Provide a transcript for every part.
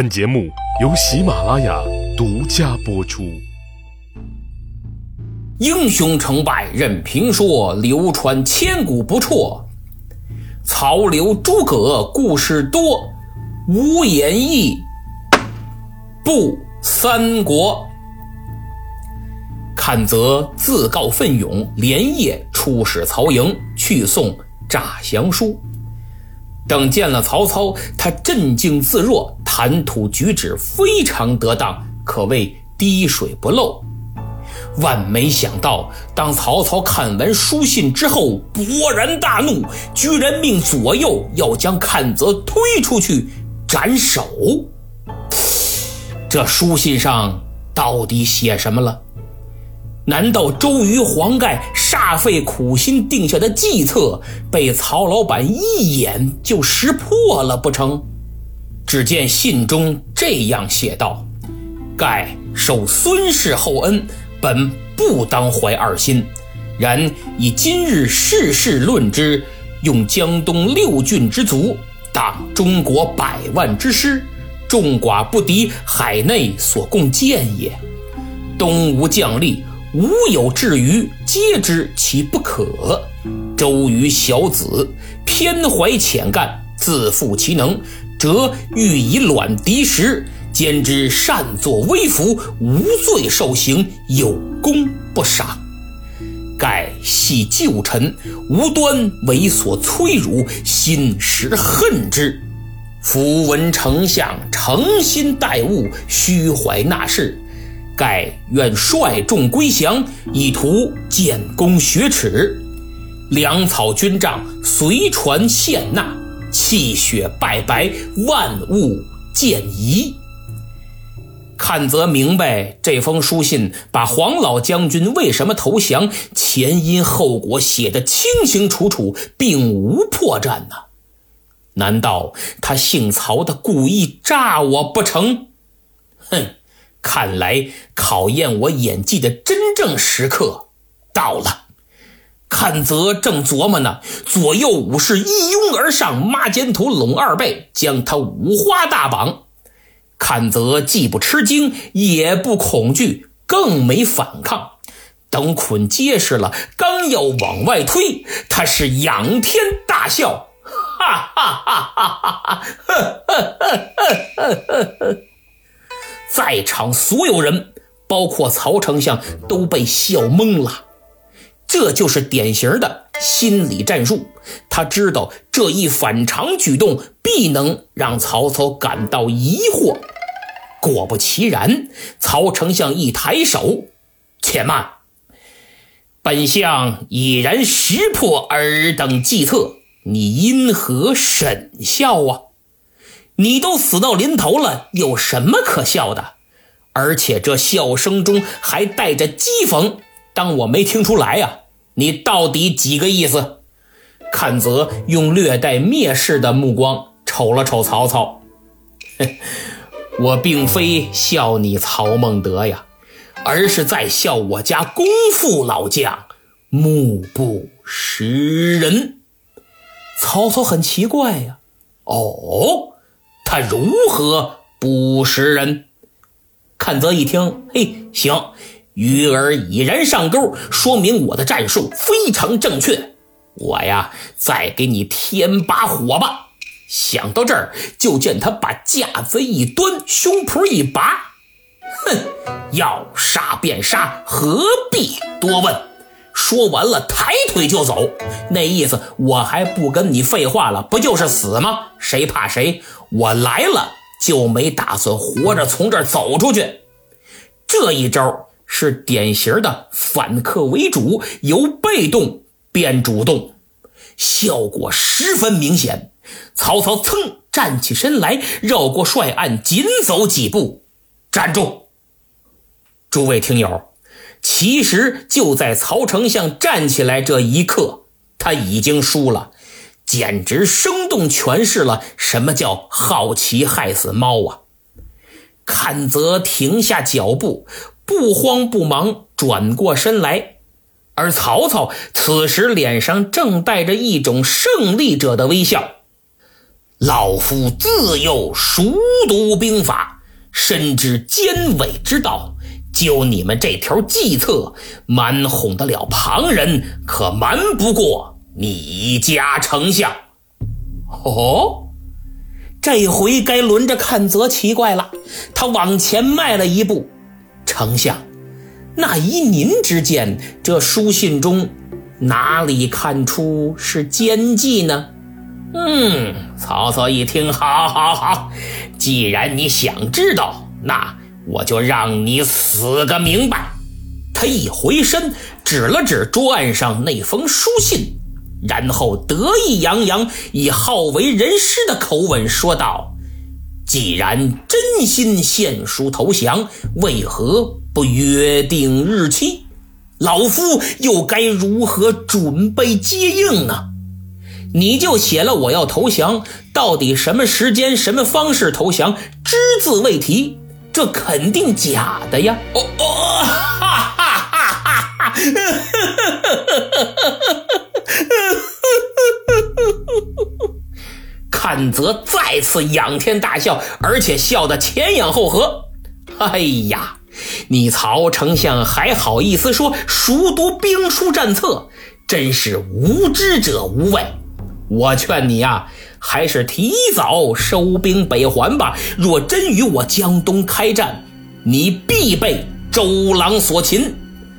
本节目由喜马拉雅独家播出。 英雄成败任评说，流传千古不辍。曹刘诸葛故事多，无演义不三国。阚泽自告奋勇，连夜出使曹营，去送诈降书。等见了曹操，他镇静自若，谈吐举止非常得当，可谓滴水不漏。万没想到，当曹操看完书信之后，勃然大怒，居然命左右要将阚泽推出去斩首。这书信上到底写什么了？难道周瑜、黄盖煞费苦心定下的计策被曹老板一眼就识破了不成？只见信中这样写道：盖受孙氏厚恩，本不当怀二心，然以今日世事论之，用江东6郡之卒，挡中国100万之师，众寡不敌海内所共建也。东吴将吏，无有至于，皆知其不可。周瑜小子，偏怀浅干，自负其能，则欲以卵敌石，兼之擅作威服，无罪受刑，有功不赏。盖系旧臣，无端为所摧辱，心实恨之。夫闻丞相诚心待物，虚怀纳事，盖愿率众归降，以图建功学耻。粮草军帐随传献纳，气血败白，万物见疑。阚泽明白这封书信把黄老将军为什么投降，前因后果写得清清楚楚，并无破绽呢。难道他姓曹的故意诈我不成？哼，看来考验我演技的真正时刻到了。阚泽正琢磨呢，左右武士一拥而上，抹肩头拢二背，将他五花大绑。阚泽既不吃惊，也不恐惧，更没反抗。等捆结实了，刚要往外推，他是仰天大笑，哈哈哈哈哈哈！在场所有人，包括曹丞相，都被笑懵了。这就是典型的心理战术，他知道这一反常举动必能让曹操感到疑惑。果不其然，曹丞相一抬手，且慢，本相已然识破尔等计策，你因何审笑啊？你都死到临头了，有什么可笑的？而且这笑声中还带着讥讽，当我没听出来啊？你到底几个意思？阚泽用略带蔑视的目光瞅了瞅曹操，我并非笑你曹孟德呀，而是在笑我家功夫老将目不识人。曹操很奇怪呀，哦，他如何不识人？阚泽一听，嘿，行，鱼儿已然上钩，说明我的战术非常正确。我呀，再给你添把火吧。想到这儿，就见他把架子一端，胸脯一拔，哼，要杀便杀，何必多问。说完了，抬腿就走，那意思我还不跟你废话了，不就是死吗？谁怕谁？我来了就没打算活着从这儿走出去。这一招是典型的反客为主，由被动变主动，效果十分明显。曹操噌站起身来，绕过帅案，紧走几步，站住！诸位听友，其实就在曹丞相站起来这一刻，他已经输了，简直生动诠释了什么叫好奇害死猫啊！阚泽停下脚步，不慌不忙转过身来，而曹操此时脸上正带着一种胜利者的微笑。 老夫自幼熟读兵法，深知奸伪之道，就你们这条计策，瞒哄得了旁人，可瞒不过你家丞相。哦，这回该轮着看则奇怪了，他往前迈了一步。丞相，那依您之见，这书信中哪里看出是奸计呢？曹操一听，好，既然你想知道，那我就让你死个明白。他一回身指了指桌案上那封书信，然后得意洋洋以好为人师的口吻说道：既然真心献书投降，为何不约定日期？老夫又该如何准备接应呢？你就写了我要投降，到底什么时间什么方式投降，只字未提，这肯定假的呀。阚泽再次仰天大笑，而且笑得前仰后合。哎呀，你曹丞相还好意思说熟读兵书战策，真是无知者无畏。我劝你啊，还是提早收兵北还吧，若真与我江东开战，你必被周郎所擒。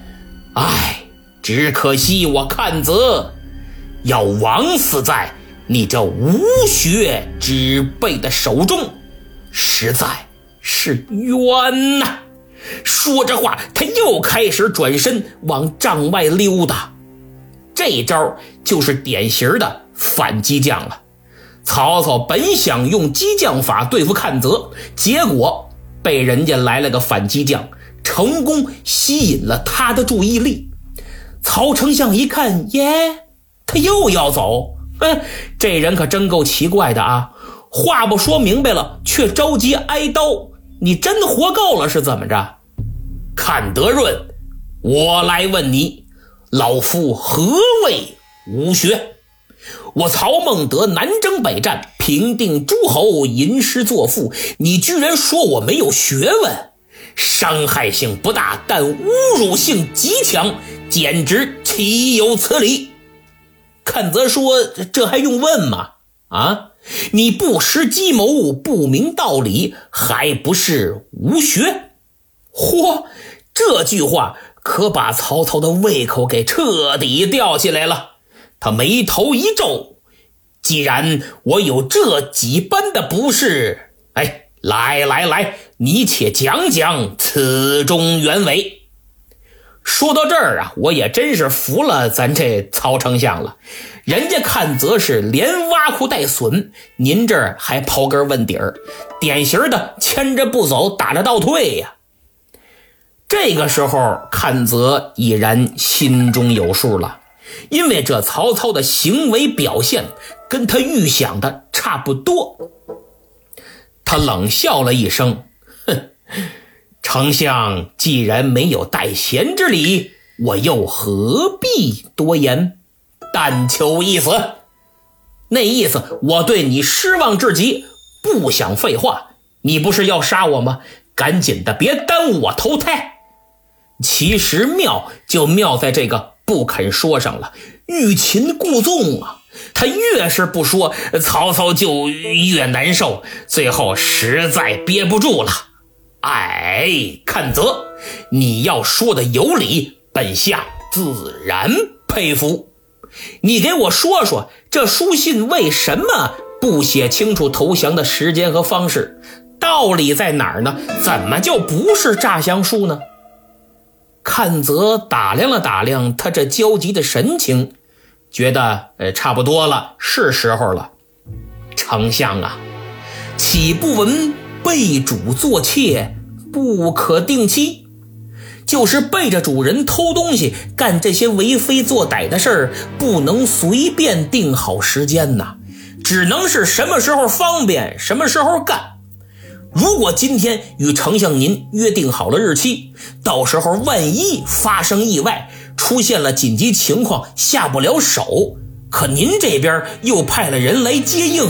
只可惜我阚泽要枉死在你这无学之辈的手中，实在是冤呐。说着话，他又开始转身往帐外溜达。这招就是典型的反激将了。曹操本想用激将法对付阚泽，结果被人家来了个反激将，成功吸引了他的注意力。曹丞相一看，他又要走，这人可真够奇怪的啊！话不说明白了，却着急挨刀，你真活够了是怎么着？阚德润，我来问你，老夫何谓无学？我曹孟德南征北战，平定诸侯，吟诗作赋，你居然说我没有学问，伤害性不大，但侮辱性极强，简直岂有此理！阚泽说，这还用问吗？你不识计谋，不明道理，还不是无学？嚯，这句话可把曹操的胃口给彻底吊起来了。他眉头一皱，既然我有这几般的不是，来，你且讲讲此中原委。说到这儿啊，我也真是服了咱这曹丞相了。人家阚泽是连挖苦带损，您这儿还刨根问底儿，典型的牵着不走，打着倒退呀。这个时候阚泽已然心中有数了，因为这曹操的行为表现跟他预想的差不多。他冷笑了一声，丞相既然没有待贤之礼，我又何必多言？但求一死。那意思，我对你失望至极，不想废话。你不是要杀我吗？赶紧的，别耽误我投胎。其实妙就妙在这个不肯说上了，欲擒故纵啊。他越是不说，曹操就越难受，最后实在憋不住了。阚泽，你要说的有理，本下自然佩服。你给我说说，这书信为什么不写清楚投降的时间和方式？道理在哪儿呢？怎么就不是诈降书呢？阚泽打量了打量他这焦急的神情，觉得差不多了，是时候了。丞相啊，岂不闻背主做妾，不可定期？就是背着主人偷东西，干这些为非作歹的事儿，不能随便定好时间呐，只能是什么时候方便什么时候干。如果今天与丞相您约定好了日期，到时候万一发生意外，出现了紧急情况下不了手，可您这边又派了人来接应，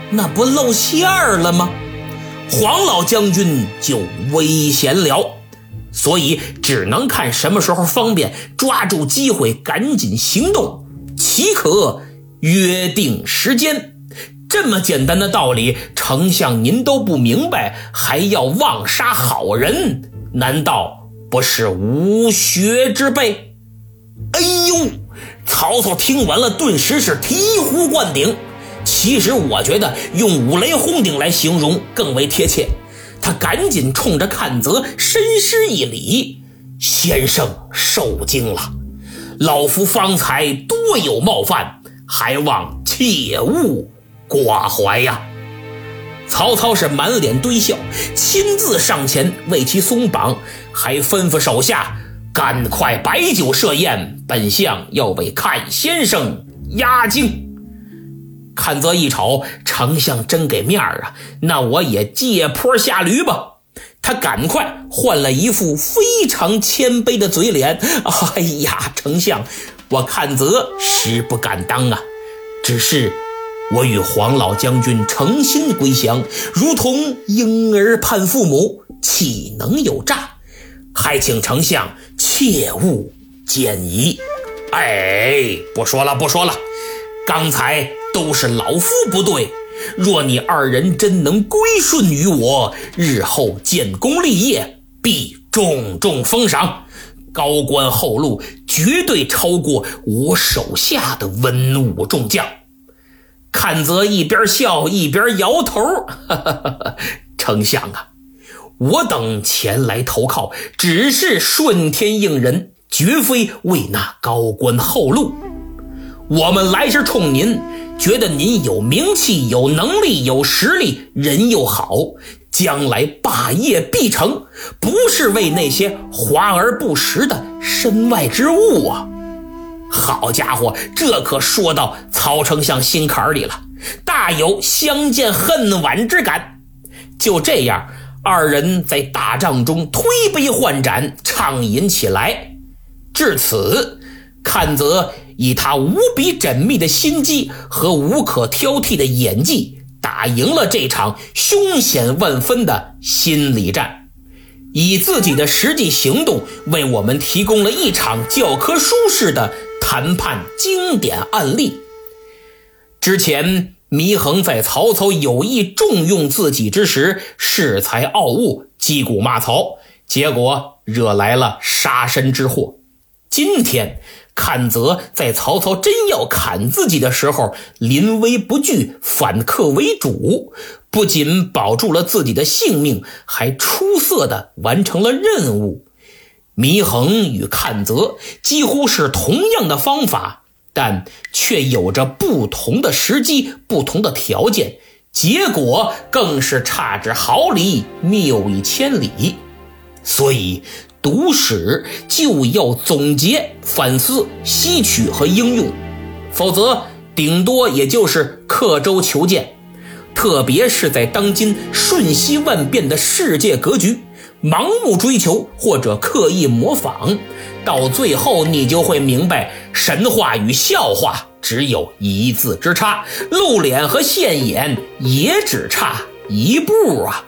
那不露馅儿了吗？黄老将军就危险了，所以只能看什么时候方便，抓住机会赶紧行动，岂可约定时间。这么简单的道理，丞相您都不明白，还要妄杀好人，难道不是无学之辈？哎呦，曹操听完了顿时是醍醐灌顶。其实我觉得用五雷轰顶来形容更为贴切。他赶紧冲着阚泽深施一礼，先生受惊了，老夫方才多有冒犯，还望切勿挂怀呀。曹操是满脸堆笑，亲自上前为其松绑，还吩咐手下赶快摆酒设宴，本相要为阚先生压惊。阚泽一瞅，丞相真给面儿啊，那我也借坡下驴吧。他赶快换了一副非常谦卑的嘴脸，哎呀，丞相，我阚泽实不敢当啊，只是我与黄老将军诚心归降，如同婴儿盼父母，岂能有诈？还请丞相切勿见疑。哎，不说了，刚才都是老夫不对，若你二人真能归顺于我，日后建功立业，必重重封赏，高官厚禄绝对超过我手下的文武众将。阚泽一边笑一边摇头，丞相啊，我等前来投靠只是顺天应人，绝非为那高官厚禄。我们来是冲您，觉得您有名气，有能力，有实力，人又好，将来霸业必成，不是为那些华而不实的身外之物啊。好家伙，这可说到曹丞相心坎里了，大有相见恨晚之感。就这样，二人在大帐中推杯换盏，畅饮起来。至此，阚泽以他无比缜密的心机和无可挑剔的演技，打赢了这场凶险万分的心理战，以自己的实际行动为我们提供了一场教科书式的谈判经典案例。之前祢衡在曹操有意重用自己之时，恃才傲物，击鼓骂曹，结果惹来了杀身之祸。今天阚泽在曹操真要砍自己的时候，临危不惧，反客为主，不仅保住了自己的性命，还出色地完成了任务。祢衡与阚泽几乎是同样的方法，但却有着不同的时机，不同的条件，结果更是差之毫厘，谬以千里。所以读史就要总结、反思、吸取和应用，否则顶多也就是刻舟求剑。特别是在当今瞬息万变的世界格局，盲目追求或者刻意模仿，到最后你就会明白，神话与笑话只有一字之差，露脸和现眼也只差一步啊。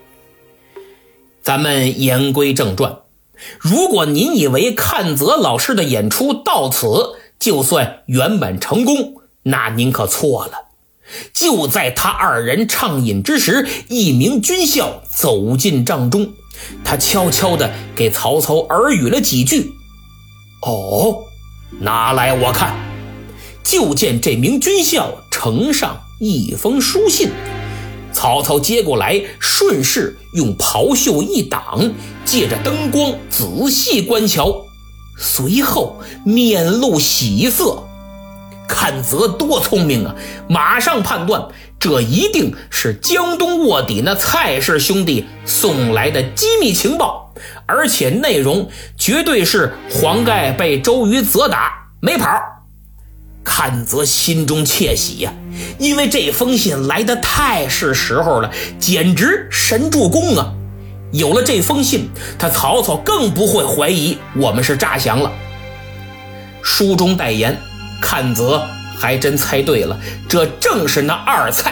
咱们言归正传，如果您以为阚泽老师的演出到此就算圆满成功，那您可错了。就在他二人畅饮之时，一名军校走进帐中，他悄悄地给曹操耳语了几句。哦，拿来我看。就见这名军校呈上一封书信，曹操接过来，顺势用袍袖一挡，借着灯光仔细观瞧，随后面露喜色。阚泽多聪明啊，马上判断这一定是江东卧底那蔡氏兄弟送来的机密情报，而且内容绝对是黄盖被周瑜责打没跑。阚泽心中窃喜呀，因为这封信来得太是时候了，简直神助攻啊！有了这封信，他曹操更不会怀疑我们是诈降了。书中代言，阚泽还真猜对了，这正是那二蔡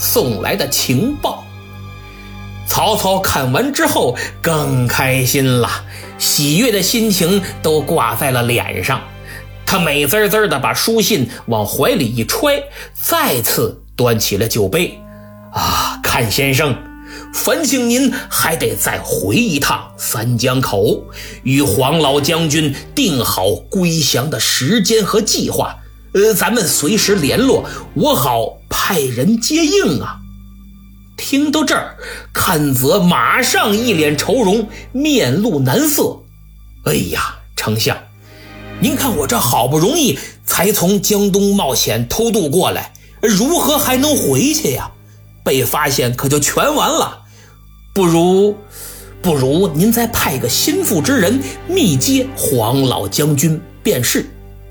送来的情报。曹操看完之后更开心了，喜悦的心情都挂在了脸上。他美滋滋地把书信往怀里一揣，再次端起了酒杯。阚先生，烦请您还得再回一趟三江口，与黄老将军定好归降的时间和计划。咱们随时联络，我好派人接应啊。听到这儿，阚泽马上一脸愁容，面露难色。哎呀，丞相，您看我这好不容易才从江东冒险偷渡过来，如何还能回去呀？被发现可就全完了。不如您再派个心腹之人密接黄老将军便是。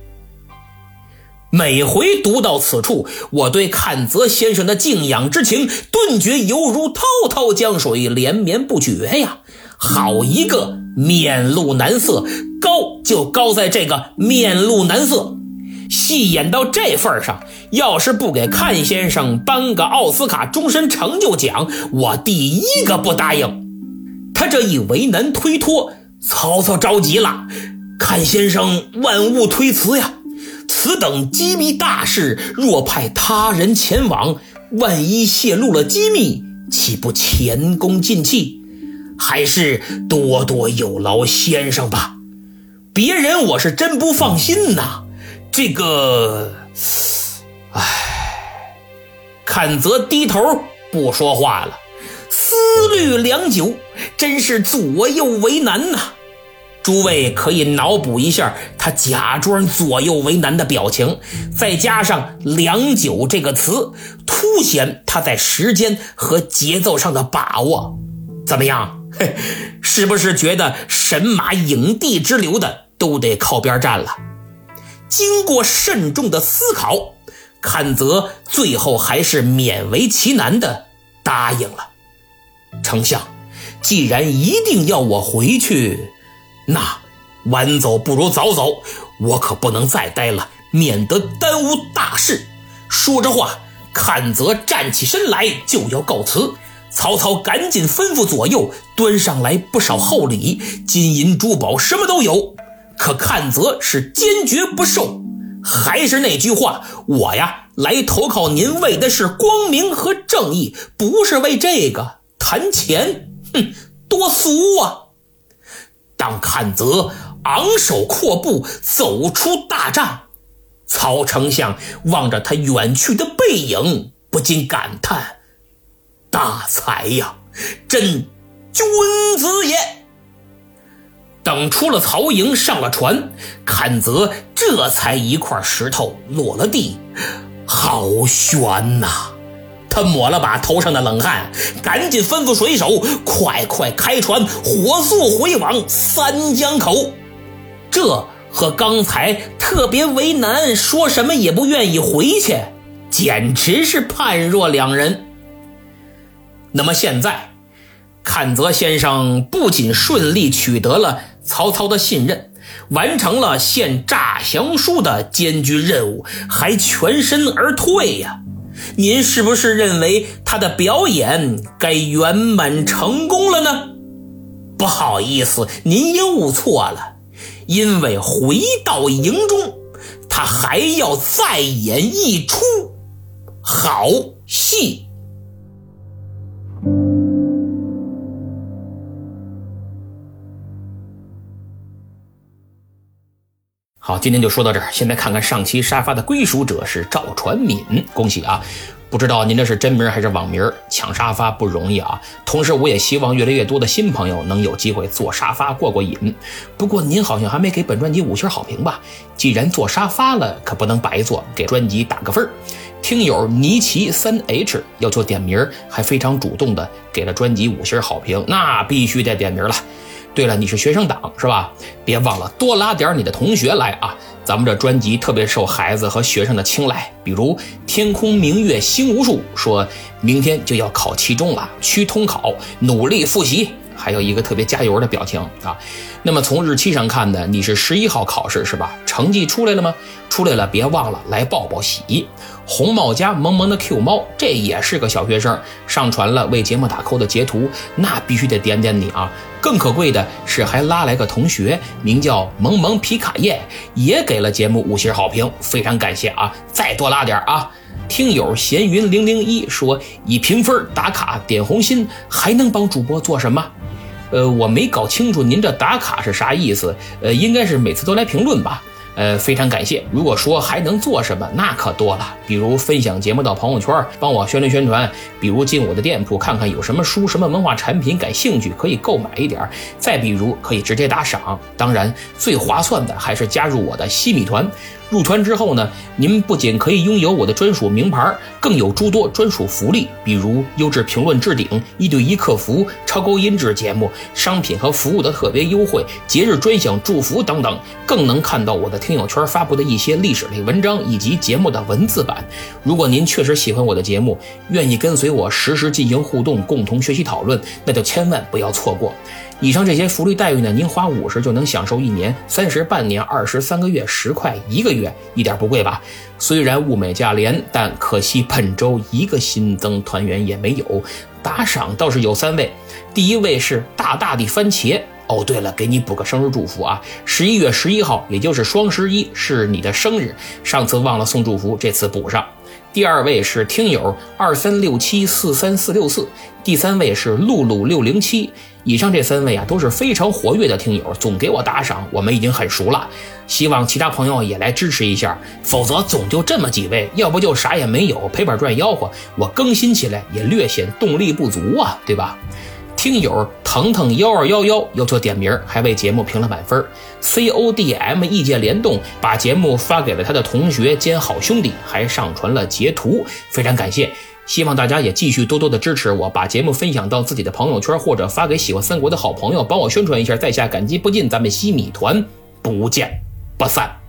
每回读到此处，我对阚泽先生的敬仰之情顿觉犹如滔滔江水，连绵不绝呀。好一个面露难色，高就高在这个面露难色。戏演到这份上，要是不给阚先生颁个奥斯卡终身成就奖，我第一个不答应。他这一为难推脱，曹操着急了。阚先生万勿推辞呀，此等机密大事，若派他人前往，万一泄露了机密，岂不前功尽弃？还是多多有劳先生吧，别人我是真不放心呐。这个，阚泽低头不说话了，思虑良久，真是左右为难呐。诸位可以脑补一下他假装左右为难的表情，再加上良久这个词，凸显他在时间和节奏上的把握。怎么样？是不是觉得神马影帝之流的都得靠边站了？经过慎重的思考，阚泽最后还是勉为其难的答应了。丞相，既然一定要我回去，那晚走不如早走，我可不能再待了，免得耽误大事。说着话，阚泽站起身来就要告辞。曹操赶紧吩咐左右端上来不少厚礼，金银珠宝什么都有。可阚泽是坚决不受，还是那句话，我呀来投靠您为的是光明和正义，不是为这个谈钱。多俗啊！当阚泽昂首阔步走出大帐，曹丞相望着他远去的背影，不禁感叹：大才呀，真君子也。等出了曹营，上了船，阚泽这才一块石头落了地。好悬呐！他抹了把头上的冷汗，赶紧吩咐水手快开船，火速回往三江口。这和刚才特别为难，说什么也不愿意回去，简直是判若两人。那么现在，阚泽先生不仅顺利取得了曹操的信任，完成了献诈降书的艰巨任务，还全身而退呀。您是不是认为他的表演该圆满成功了呢？不好意思，您又误错了，因为回到营中，他还要再演一出好戏。好，今天就说到这儿。现在看看上期沙发的归属者是赵传敏，恭喜啊！不知道您这是真名还是网名，抢沙发不容易啊。同时我也希望越来越多的新朋友能有机会坐沙发过瘾。不过您好像还没给本专辑5星好评吧？既然坐沙发了，可不能白坐，给专辑打个分。听友尼奇 3H 要求点名，还非常主动的给了专辑5星好评，那必须得点名了。对了，你是学生党是吧？别忘了多拉点你的同学来啊！咱们这专辑特别受孩子和学生的青睐。比如天空明月星无数说明天就要考期中了，需通考，努力复习。 还有一个特别加油的表情啊。那么从日期上看呢，你是11号考试是吧？成绩出来了吗？出来了，别忘了来报报喜。红帽加萌萌的 Q 猫，这也是个小学生，上传了为节目打 call 的截图，那必须得点点你啊！更可贵的是还拉来个同学，名叫萌萌皮卡耶，也给了节目5星好评，非常感谢啊！再多拉点啊！听友闲云001说，以评分打卡点红心，还能帮主播做什么？我没搞清楚您这打卡是啥意思，应该是每次都来评论吧。非常感谢。如果说还能做什么，那可多了，比如分享节目到朋友圈，帮我宣传，比如进我的店铺看看有什么书、什么文化产品感兴趣可以购买一点，再比如可以直接打赏。当然最划算的还是加入我的西米团。入团之后呢，您不仅可以拥有我的专属名牌，更有诸多专属福利，比如优质评论置顶、1对1客服、超高音质节目、商品和服务的特别优惠、节日专享祝福等等，更能看到我的听友圈发布的一些历史类文章以及节目的文字版。如果您确实喜欢我的节目，愿意跟随我实时进行互动，共同学习讨论，那就千万不要错过。以上这些福利待遇呢，您花50就能享受1年、30半年、23个月、10块1个月，一点不贵吧？虽然物美价廉，但可惜本周一个新增团员也没有。打赏倒是有3位，第一位是大大的番茄。哦，对了，给你补个生日祝福啊！11月11号，也就是双11，是你的生日。上次忘了送祝福，这次补上。第二位是听友2367434464，第3位是露露607。以上这3位啊都是非常活跃的听友，总给我打赏，我们已经很熟了。希望其他朋友也来支持一下，否则总就这么几位，要不就啥也没有，赔本赚吆喝，我更新起来也略显动力不足啊，对吧？听友腾腾1211要求点名，还为节目评了满分。CODM 意见联动把节目发给了他的同学兼好兄弟，还上传了截图，非常感谢。希望大家也继续多多的支持我，把节目分享到自己的朋友圈，或者发给喜欢三国的好朋友，帮我宣传一下，在下感激不尽。咱们西米团不见不散。